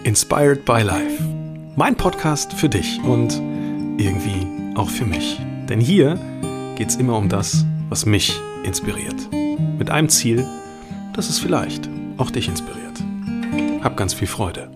Inspired by Life. Mein Podcast für dich und irgendwie auch für mich. Denn hier geht es immer um das, was mich inspiriert. Mit einem Ziel, dass es vielleicht auch dich inspiriert. Hab ganz viel Freude.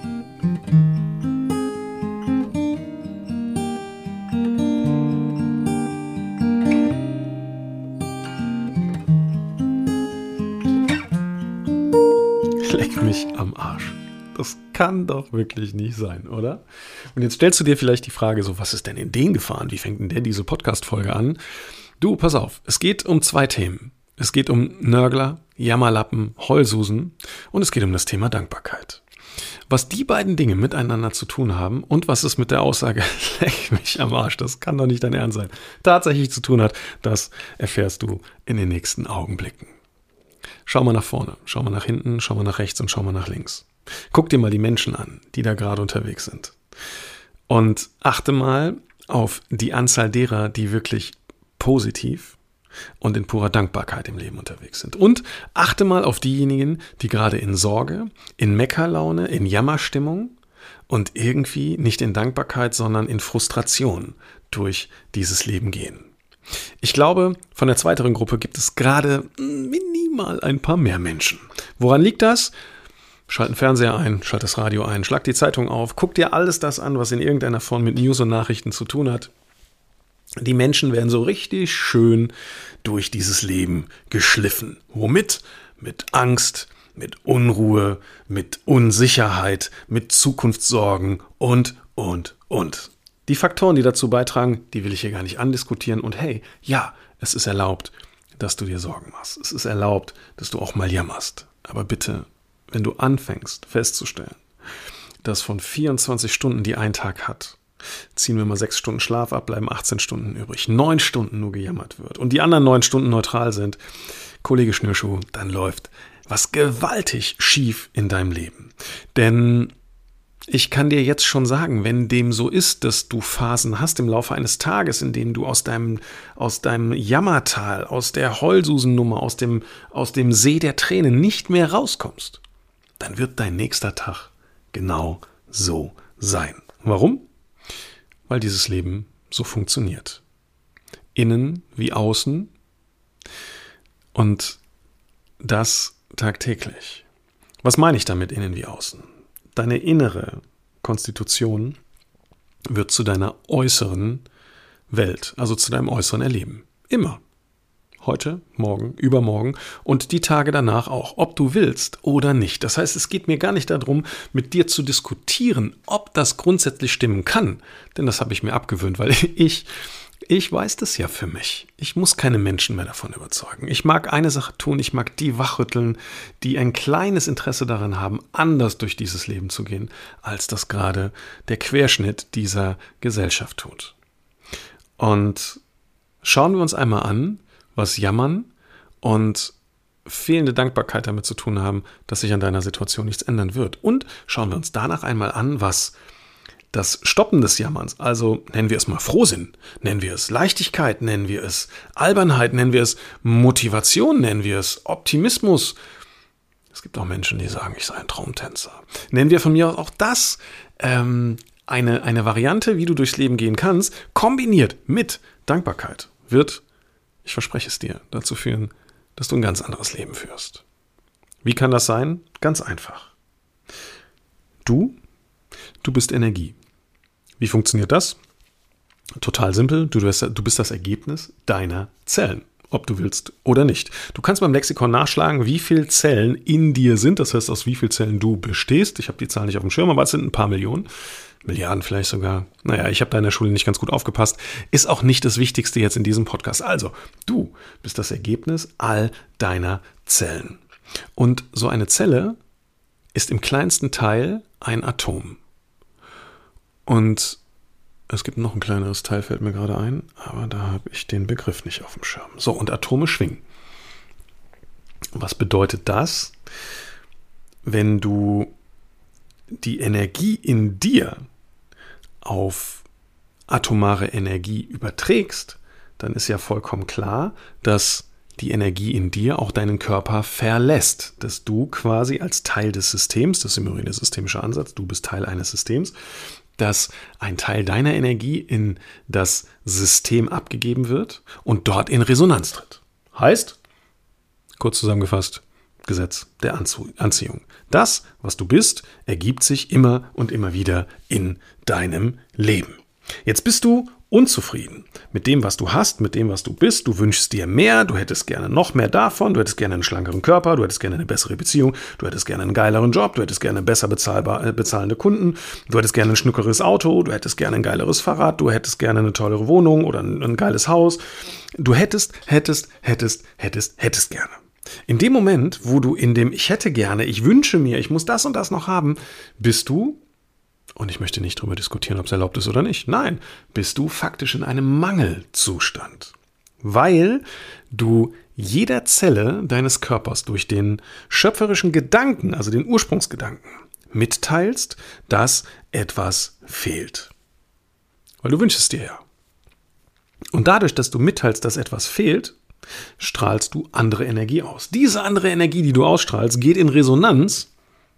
Leck mich am Arsch. Das kann doch wirklich nicht sein, oder? Und jetzt stellst du dir vielleicht die Frage so, was ist denn in den gefahren? Wie fängt denn diese Podcast-Folge an? Du, pass auf, es geht um 2 Themen. Es geht um Nörgler, Jammerlappen, Heulsusen und es geht um das Thema Dankbarkeit. Was die beiden Dinge miteinander zu tun haben und was es mit der Aussage, leck mich am Arsch, das kann doch nicht dein Ernst sein, tatsächlich zu tun hat, das erfährst du in den nächsten Augenblicken. Schau mal nach vorne, schau mal nach hinten, schau mal nach rechts und schau mal nach links. Guck dir mal die Menschen an, die da gerade unterwegs sind. Und achte mal auf die Anzahl derer, die wirklich positiv und in purer Dankbarkeit im Leben unterwegs sind. Und achte mal auf diejenigen, die gerade in Sorge, in Meckerlaune, in Jammerstimmung und irgendwie nicht in Dankbarkeit, sondern in Frustration durch dieses Leben gehen. Ich glaube, von der zweiteren Gruppe gibt es gerade minimal ein paar mehr Menschen. Woran liegt das? Schalt den Fernseher ein, schalt das Radio ein, schlag die Zeitung auf, guck dir alles das an, was in irgendeiner Form mit News und Nachrichten zu tun hat. Die Menschen werden so richtig schön durch dieses Leben geschliffen. Womit? Mit Angst, mit Unruhe, mit Unsicherheit, mit Zukunftssorgen und. Die Faktoren, die dazu beitragen, die will ich hier gar nicht andiskutieren. Und hey, ja, es ist erlaubt, dass du dir Sorgen machst. Es ist erlaubt, dass du auch mal jammerst. Aber bitte, wenn du anfängst festzustellen, dass von 24 Stunden, die ein Tag hat, ziehen wir mal 6 Stunden Schlaf ab, bleiben 18 Stunden übrig, 9 Stunden nur gejammert wird und die anderen 9 Stunden neutral sind, Kollege Schnürschuh, dann läuft was gewaltig schief in deinem Leben. Denn ich kann dir jetzt schon sagen, wenn dem so ist, dass du Phasen hast im Laufe eines Tages, in denen du aus deinem Jammertal, aus der Heulsusennummer, aus dem See der Tränen nicht mehr rauskommst, dann wird dein nächster Tag genau so sein. Warum? Weil dieses Leben so funktioniert. Innen wie außen und das tagtäglich. Was meine ich damit innen wie außen? Deine innere Konstitution wird zu deiner äußeren Welt, also zu deinem äußeren Erleben. Immer. Heute, morgen, übermorgen und die Tage danach auch, ob du willst oder nicht. Das heißt, es geht mir gar nicht darum, mit dir zu diskutieren, ob das grundsätzlich stimmen kann. Denn das habe ich mir abgewöhnt, weil ich weiß das ja für mich. Ich muss keine Menschen mehr davon überzeugen. Ich mag eine Sache tun, ich mag die wachrütteln, die ein kleines Interesse daran haben, anders durch dieses Leben zu gehen, als das gerade der Querschnitt dieser Gesellschaft tut. Und schauen wir uns einmal an, was Jammern und fehlende Dankbarkeit damit zu tun haben, dass sich an deiner Situation nichts ändern wird. Und schauen wir uns danach einmal an, was das Stoppen des Jammerns, also nennen wir es mal Frohsinn, nennen wir es Leichtigkeit, nennen wir es Albernheit, nennen wir es Motivation, nennen wir es Optimismus. Es gibt auch Menschen, die sagen, ich sei ein Traumtänzer. Nennen wir von mir aus auch das eine Variante, wie du durchs Leben gehen kannst, kombiniert mit Dankbarkeit, wird, ich verspreche es dir, dazu führen, dass du ein ganz anderes Leben führst. Wie kann das sein? Ganz einfach. Du bist Energie. Wie funktioniert das? Total simpel. Du bist das Ergebnis deiner Zellen, ob du willst oder nicht. Du kannst beim Lexikon nachschlagen, wie viele Zellen in dir sind, das heißt, aus wie vielen Zellen du bestehst. Ich habe die Zahl nicht auf dem Schirm, aber es sind ein paar Millionen. Milliarden vielleicht sogar. Naja, ich habe da in der Schule nicht ganz gut aufgepasst. Ist auch nicht das Wichtigste jetzt in diesem Podcast. Also, du bist das Ergebnis all deiner Zellen. Und so eine Zelle ist im kleinsten Teil ein Atom. Und es gibt noch ein kleineres Teil, fällt mir gerade ein, aber da habe ich den Begriff nicht auf dem Schirm. So, und Atome schwingen. Was bedeutet das? Wenn du die Energie in dir auf atomare Energie überträgst, dann ist ja vollkommen klar, dass die Energie in dir auch deinen Körper verlässt, dass du quasi als Teil des Systems, das ist im Übrigen der systemische Ansatz, du bist Teil eines Systems, dass ein Teil deiner Energie in das System abgegeben wird und dort in Resonanz tritt. Heißt, kurz zusammengefasst, Gesetz der Anziehung. Das, was du bist, ergibt sich immer und immer wieder in deinem Leben. Jetzt bist du unzufrieden mit dem, was du hast, mit dem, was du bist. Du wünschst dir mehr, du hättest gerne noch mehr davon, du hättest gerne einen schlankeren Körper, du hättest gerne eine bessere Beziehung, du hättest gerne einen geileren Job, du hättest gerne besser bezahlende Kunden, du hättest gerne ein schnuckeres Auto, du hättest gerne ein geileres Fahrrad, du hättest gerne eine tollere Wohnung oder ein geiles Haus. Du hättest gerne. In dem Moment, wo du in dem Ich hätte gerne, ich wünsche mir, ich muss das und das noch haben, bist du, und ich möchte nicht darüber diskutieren, ob es erlaubt ist oder nicht, nein, bist du faktisch in einem Mangelzustand, weil du jeder Zelle deines Körpers durch den schöpferischen Gedanken, also den Ursprungsgedanken, mitteilst, dass etwas fehlt. Weil du wünschst es dir ja. Und dadurch, dass du mitteilst, dass etwas fehlt, strahlst du andere Energie aus. Diese andere Energie, die du ausstrahlst, geht in Resonanz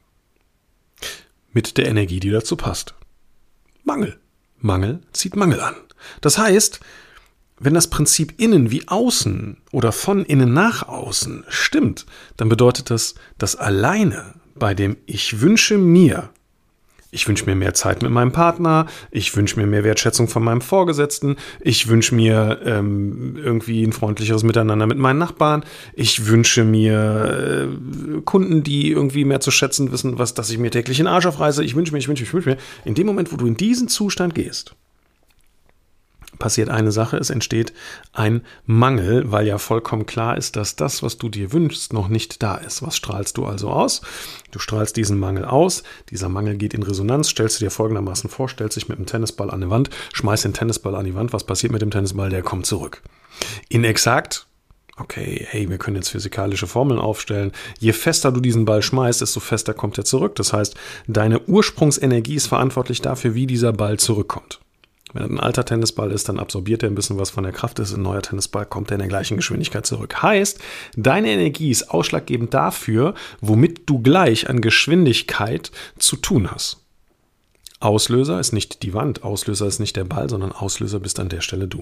mit der Energie, die dazu passt. Mangel. Mangel zieht Mangel an. Das heißt, wenn das Prinzip innen wie außen oder von innen nach außen stimmt, dann bedeutet das, dass alleine bei dem Ich wünsche mir mehr Zeit mit meinem Partner, ich wünsche mir mehr Wertschätzung von meinem Vorgesetzten, ich wünsche mir irgendwie ein freundlicheres Miteinander mit meinen Nachbarn, ich wünsche mir Kunden, die irgendwie mehr zu schätzen wissen, dass ich mir täglich den Arsch aufreiße, ich wünsche mir. In dem Moment, wo du in diesen Zustand gehst, passiert eine Sache, es entsteht ein Mangel, weil ja vollkommen klar ist, dass das, was du dir wünschst, noch nicht da ist. Was strahlst du also aus? Du strahlst diesen Mangel aus, dieser Mangel geht in Resonanz, stellst du dir folgendermaßen vor, stellst dich mit einem Tennisball an die Wand, schmeißt den Tennisball an die Wand, was passiert mit dem Tennisball? Der kommt zurück. In exakt, okay, hey, wir können jetzt physikalische Formeln aufstellen, je fester du diesen Ball schmeißt, desto fester kommt er zurück. Das heißt, deine Ursprungsenergie ist verantwortlich dafür, wie dieser Ball zurückkommt. Wenn es ein alter Tennisball ist, dann absorbiert er ein bisschen was von der Kraft. Ist ein neuer Tennisball, kommt er in der gleichen Geschwindigkeit zurück. Heißt, deine Energie ist ausschlaggebend dafür, womit du gleich an Geschwindigkeit zu tun hast. Auslöser ist nicht die Wand, Auslöser ist nicht der Ball, sondern Auslöser bist an der Stelle du.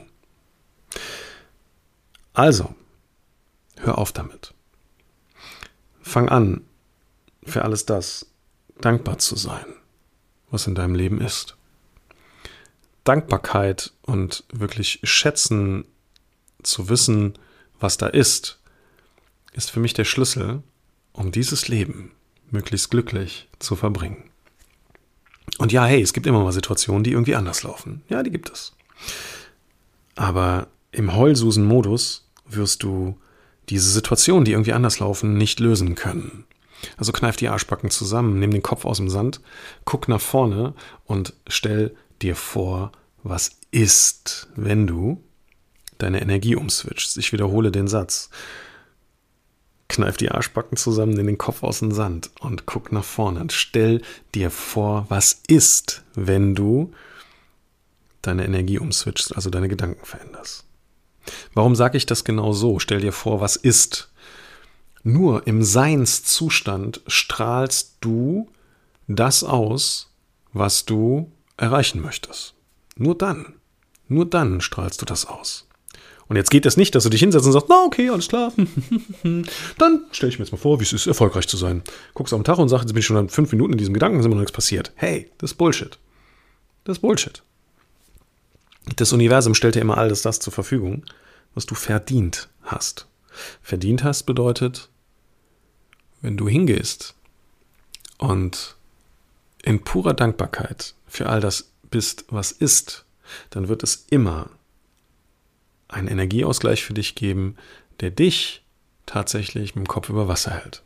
Also, hör auf damit. Fang an, für alles das dankbar zu sein, was in deinem Leben ist. Dankbarkeit und wirklich schätzen, zu wissen, was da ist für mich der Schlüssel, um dieses Leben möglichst glücklich zu verbringen. Und ja, hey, es gibt immer mal Situationen, die irgendwie anders laufen. Ja, die gibt es. Aber im Heulsusen-Modus wirst du diese Situationen, die irgendwie anders laufen, nicht lösen können. Also kneif die Arschbacken zusammen, nimm den Kopf aus dem Sand, guck nach vorne und stell dir vor, was ist, wenn du deine Energie umswitchst. Ich wiederhole den Satz. Kneif die Arschbacken zusammen, nimm den Kopf aus dem Sand und guck nach vorne und stell dir vor, was ist, wenn du deine Energie umswitchst, also deine Gedanken veränderst. Warum sage ich das genau so? Stell dir vor, was ist. Nur im Seinszustand strahlst du das aus, was du erreichen möchtest. Nur dann strahlst du das aus. Und jetzt geht es nicht, dass du dich hinsetzt und sagst, na okay, alles klar, dann stelle ich mir jetzt mal vor, wie es ist, erfolgreich zu sein. Guckst auf den Tag und sagst, jetzt bin ich schon 5 Minuten in diesem Gedanken, ist immer noch nichts passiert. Hey, das ist Bullshit. Das ist Bullshit. Das Universum stellt dir immer alles das zur Verfügung, was du verdient hast. Verdient hast bedeutet, wenn du hingehst und in purer Dankbarkeit für all das bist, was ist, dann wird es immer einen Energieausgleich für dich geben, der dich tatsächlich mit dem Kopf über Wasser hält.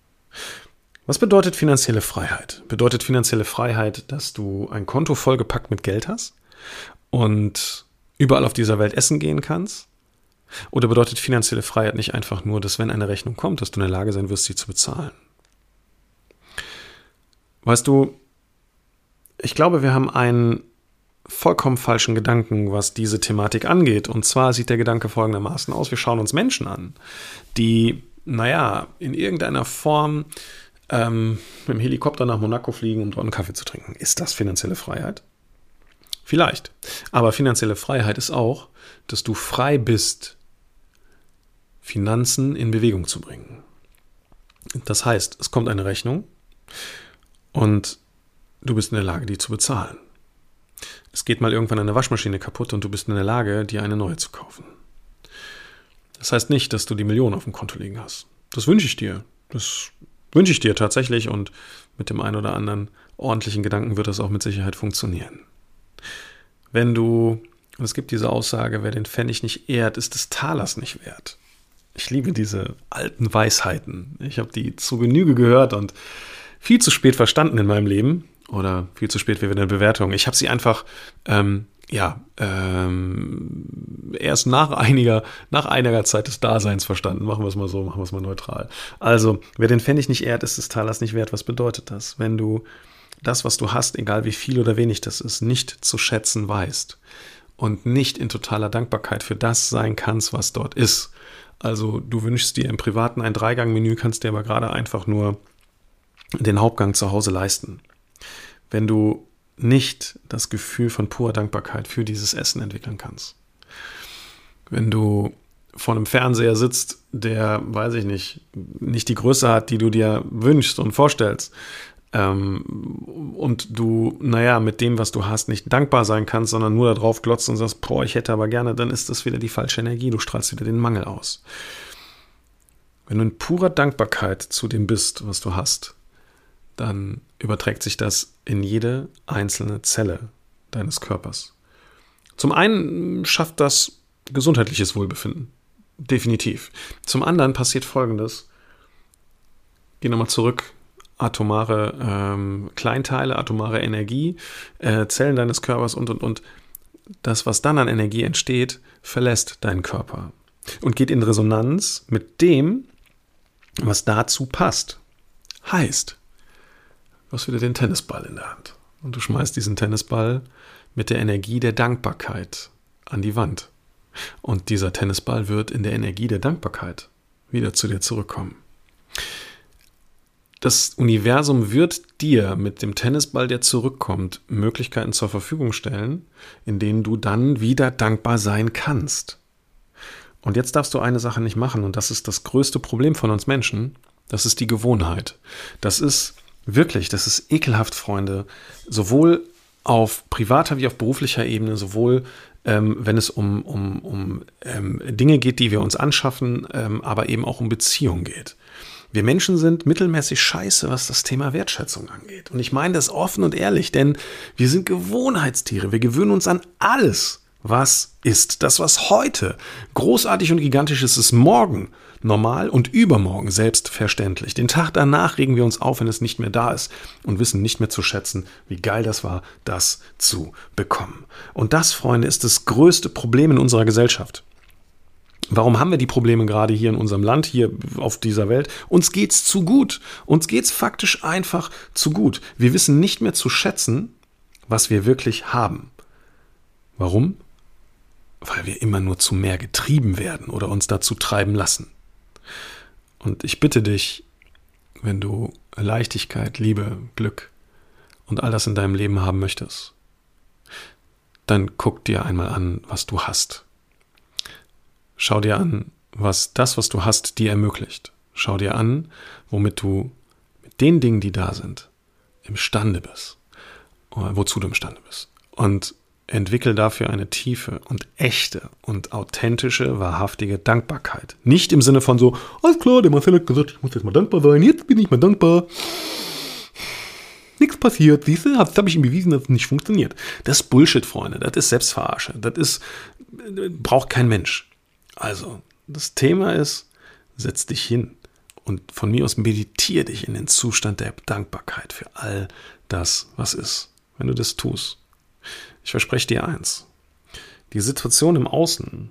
Was bedeutet finanzielle Freiheit? Bedeutet finanzielle Freiheit, dass du ein Konto vollgepackt mit Geld hast und überall auf dieser Welt essen gehen kannst? Oder bedeutet finanzielle Freiheit nicht einfach nur, dass wenn eine Rechnung kommt, dass du in der Lage sein wirst, sie zu bezahlen? Weißt du, ich glaube, wir haben ein vollkommen falschen Gedanken, was diese Thematik angeht. Und zwar sieht der Gedanke folgendermaßen aus: Wir schauen uns Menschen an, die, in irgendeiner Form mit dem Helikopter nach Monaco fliegen, um dort einen Kaffee zu trinken. Ist das finanzielle Freiheit? Vielleicht. Aber finanzielle Freiheit ist auch, dass du frei bist, Finanzen in Bewegung zu bringen. Das heißt, es kommt eine Rechnung und du bist in der Lage, die zu bezahlen. Es geht mal irgendwann eine Waschmaschine kaputt und du bist in der Lage, dir eine neue zu kaufen. Das heißt nicht, dass du die Millionen auf dem Konto liegen hast. Das wünsche ich dir. Das wünsche ich dir tatsächlich, und mit dem einen oder anderen ordentlichen Gedanken wird das auch mit Sicherheit funktionieren. Und es gibt diese Aussage, wer den Pfennig nicht ehrt, ist des Talers nicht wert. Ich liebe diese alten Weisheiten. Ich habe die zu Genüge gehört und viel zu spät verstanden in meinem Leben. Oder viel zu spät wie in der Bewertung. Ich habe sie einfach erst nach einiger Zeit des Daseins verstanden. Machen wir es mal so, machen wir es mal neutral. Also, wer den Pfennig nicht ehrt, ist des Talers nicht wert. Was bedeutet das? Wenn du das, was du hast, egal wie viel oder wenig das ist, nicht zu schätzen weißt und nicht in totaler Dankbarkeit für das sein kannst, was dort ist. Also, du wünschst dir im Privaten ein 3-Gang-Menü, kannst dir aber gerade einfach nur den Hauptgang zu Hause leisten. Wenn du nicht das Gefühl von purer Dankbarkeit für dieses Essen entwickeln kannst. Wenn du vor einem Fernseher sitzt, der, weiß ich nicht die Größe hat, die du dir wünschst und vorstellst, und du, mit dem, was du hast, nicht dankbar sein kannst, sondern nur darauf glotzt und sagst, ich hätte aber gerne, dann ist das wieder die falsche Energie, du strahlst wieder den Mangel aus. Wenn du in purer Dankbarkeit zu dem bist, was du hast, dann überträgt sich das in jede einzelne Zelle deines Körpers. Zum einen schafft das gesundheitliches Wohlbefinden. Definitiv. Zum anderen passiert Folgendes. Geh nochmal zurück. Atomare Kleinteile, atomare Energie, Zellen deines Körpers und. Das, was dann an Energie entsteht, verlässt deinen Körper und geht in Resonanz mit dem, was dazu passt. Heißt, du hast wieder den Tennisball in der Hand und du schmeißt diesen Tennisball mit der Energie der Dankbarkeit an die Wand. Und dieser Tennisball wird in der Energie der Dankbarkeit wieder zu dir zurückkommen. Das Universum wird dir mit dem Tennisball, der zurückkommt, Möglichkeiten zur Verfügung stellen, in denen du dann wieder dankbar sein kannst. Und jetzt darfst du eine Sache nicht machen, und das ist das größte Problem von uns Menschen, das ist die Gewohnheit. Das ist ekelhaft, Freunde, sowohl auf privater wie auf beruflicher Ebene, sowohl wenn es um Dinge geht, die wir uns anschaffen, aber eben auch um Beziehungen geht. Wir Menschen sind mittelmäßig scheiße, was das Thema Wertschätzung angeht. Und ich meine das offen und ehrlich, denn wir sind Gewohnheitstiere. Wir gewöhnen uns an alles, was ist. Das, was heute großartig und gigantisch ist, ist morgen normal und übermorgen selbstverständlich. Den Tag danach regen wir uns auf, wenn es nicht mehr da ist, und wissen nicht mehr zu schätzen, wie geil das war, das zu bekommen. Und das, Freunde, ist das größte Problem in unserer Gesellschaft. Warum haben wir die Probleme gerade hier in unserem Land, hier auf dieser Welt? Uns geht's zu gut. Uns geht's faktisch einfach zu gut. Wir wissen nicht mehr zu schätzen, was wir wirklich haben. Warum? Weil wir immer nur zu mehr getrieben werden oder uns dazu treiben lassen. Und ich bitte dich, wenn du Leichtigkeit, Liebe, Glück und all das in deinem Leben haben möchtest, dann guck dir einmal an, was du hast. Schau dir an, was du hast, dir ermöglicht. Schau dir an, womit du mit den Dingen, die da sind, imstande bist. Wozu du imstande bist. Und entwickel dafür eine tiefe und echte und authentische, wahrhaftige Dankbarkeit. Nicht im Sinne von so, alles klar, der Marcel hat gesagt, ich muss jetzt mal dankbar sein, jetzt bin ich mal dankbar. Nichts passiert, siehst du, das habe ich ihm bewiesen, dass es nicht funktioniert. Das ist Bullshit, Freunde, das ist Selbstverarsche, braucht kein Mensch. Also, das Thema ist, setz dich hin und von mir aus meditiere dich in den Zustand der Dankbarkeit für all das, was ist. Wenn du das tust, ich verspreche dir eins, die Situation im Außen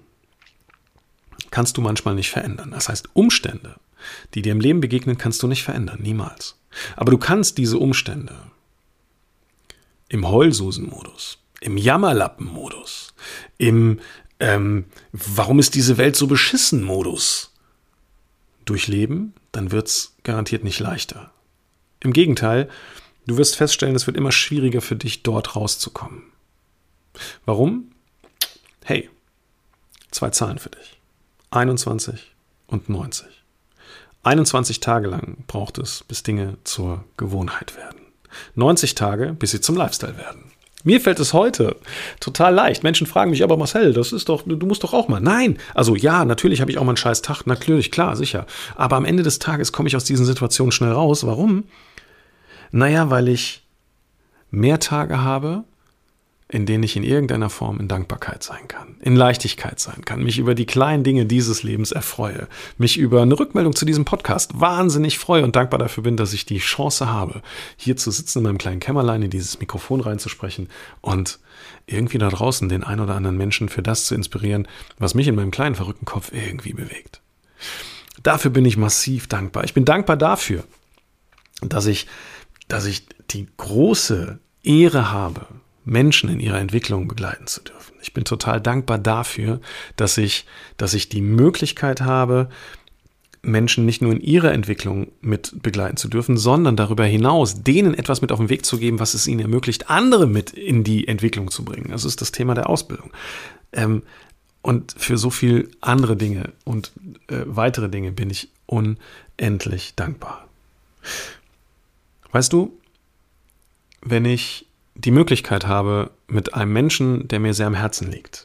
kannst du manchmal nicht verändern. Das heißt, Umstände, die dir im Leben begegnen, kannst du nicht verändern, niemals. Aber du kannst diese Umstände im Heulsusen-Modus im Jammerlappen-Modus, im warum ist diese Welt so beschissen Modus durchleben, dann wird es garantiert nicht leichter. Im Gegenteil, du wirst feststellen, es wird immer schwieriger für dich, dort rauszukommen. Warum? Hey, 2 Zahlen für dich. 21 und 90. 21 Tage lang braucht es, bis Dinge zur Gewohnheit werden. 90 Tage, bis sie zum Lifestyle werden. Mir fällt es heute total leicht. Menschen fragen mich, aber Marcel, das ist doch, du musst doch auch mal. Nein, also ja, natürlich habe ich auch mal einen scheiß Tag, natürlich, klar, sicher. Aber am Ende des Tages komme ich aus diesen Situationen schnell raus. Warum? Naja, weil ich mehr Tage habe, in denen ich in irgendeiner Form in Dankbarkeit sein kann, in Leichtigkeit sein kann, mich über die kleinen Dinge dieses Lebens erfreue, mich über eine Rückmeldung zu diesem Podcast wahnsinnig freue und dankbar dafür bin, dass ich die Chance habe, hier zu sitzen in meinem kleinen Kämmerlein, in dieses Mikrofon reinzusprechen und irgendwie da draußen den ein oder anderen Menschen für das zu inspirieren, was mich in meinem kleinen verrückten Kopf irgendwie bewegt. Dafür bin ich massiv dankbar. Ich bin dankbar dafür, dass ich die große Ehre habe, Menschen in ihrer Entwicklung begleiten zu dürfen. Ich bin total dankbar dafür, dass ich die Möglichkeit habe, Menschen nicht nur in ihrer Entwicklung mit begleiten zu dürfen, sondern darüber hinaus denen etwas mit auf den Weg zu geben, was es ihnen ermöglicht, andere mit in die Entwicklung zu bringen. Das ist das Thema der Ausbildung. Und für so viel andere Dinge und weitere Dinge bin ich unendlich dankbar. Weißt du, wenn ich die Möglichkeit habe, mit einem Menschen, der mir sehr am Herzen liegt,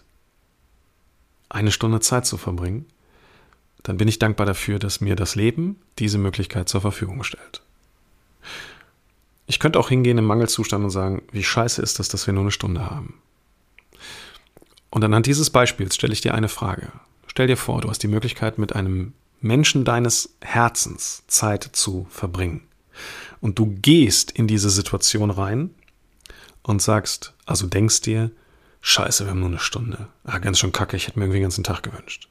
1 Stunde Zeit zu verbringen, dann bin ich dankbar dafür, dass mir das Leben diese Möglichkeit zur Verfügung stellt. Ich könnte auch hingehen im Mangelzustand und sagen, wie scheiße ist das, dass wir nur 1 Stunde haben. Und anhand dieses Beispiels stelle ich dir eine Frage. Stell dir vor, du hast die Möglichkeit, mit einem Menschen deines Herzens Zeit zu verbringen. Und du gehst in diese Situation rein und sagst, also denkst dir, scheiße, wir haben nur 1 Stunde. Ganz schön kacke, ich hätte mir irgendwie den ganzen Tag gewünscht.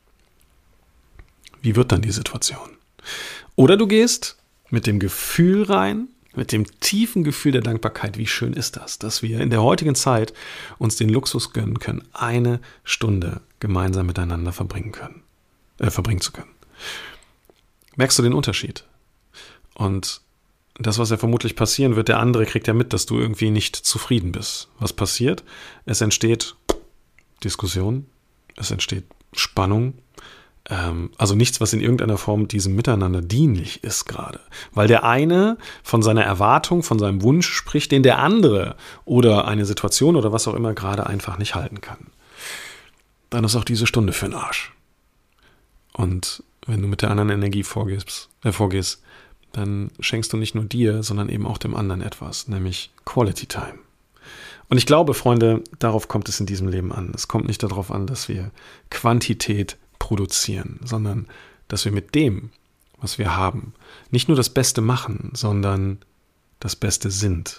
Wie wird dann die Situation? Oder du gehst mit dem Gefühl rein, mit dem tiefen Gefühl der Dankbarkeit, wie schön ist das, dass wir in der heutigen Zeit uns den Luxus gönnen können, 1 Stunde gemeinsam miteinander verbringen zu können. Merkst du den Unterschied? Und das, was ja vermutlich passieren wird, der andere kriegt ja mit, dass du irgendwie nicht zufrieden bist. Was passiert? Es entsteht Diskussion, es entsteht Spannung, also nichts, was in irgendeiner Form diesem Miteinander dienlich ist gerade. Weil der eine von seiner Erwartung, von seinem Wunsch spricht, den der andere oder eine Situation oder was auch immer gerade einfach nicht halten kann. Dann ist auch diese Stunde für den Arsch. Und wenn du mit der anderen Energie vorgehst, dann schenkst du nicht nur dir, sondern eben auch dem anderen etwas, nämlich Quality Time. Und ich glaube, Freunde, darauf kommt es in diesem Leben an. Es kommt nicht darauf an, dass wir Quantität produzieren, sondern dass wir mit dem, was wir haben, nicht nur das Beste machen, sondern das Beste sind.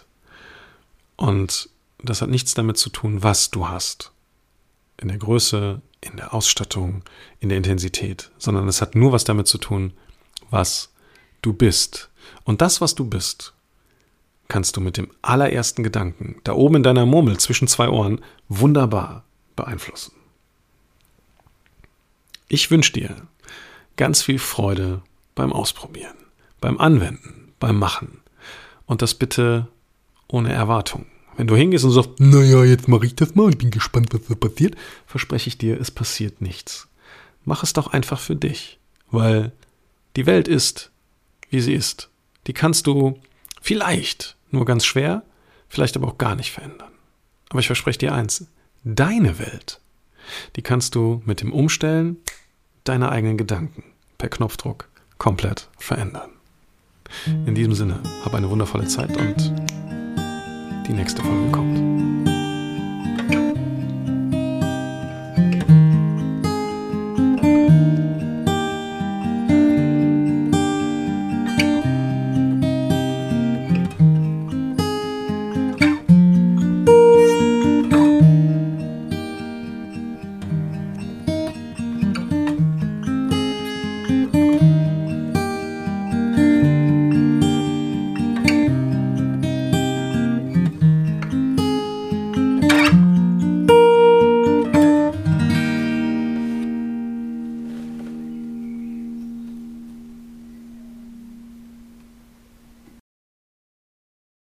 Und das hat nichts damit zu tun, was du hast. In der Größe, in der Ausstattung, in der Intensität, sondern es hat nur was damit zu tun, was du bist. Und das, was du bist, kannst du mit dem allerersten Gedanken, da oben in deiner Murmel zwischen 2 Ohren, wunderbar beeinflussen. Ich wünsche dir ganz viel Freude beim Ausprobieren, beim Anwenden, beim Machen. Und das bitte ohne Erwartung. Wenn du hingehst und sagst, naja, jetzt mache ich das mal und ich bin gespannt, was da passiert, verspreche ich dir, es passiert nichts. Mach es doch einfach für dich, weil die Welt ist, wie sie ist. Die kannst du vielleicht nur ganz schwer, vielleicht aber auch gar nicht verändern. Aber ich verspreche dir eins, deine Welt, die kannst du mit dem Umstellen deiner eigenen Gedanken per Knopfdruck komplett verändern. In diesem Sinne, hab eine wundervolle Zeit und die nächste Folge kommt.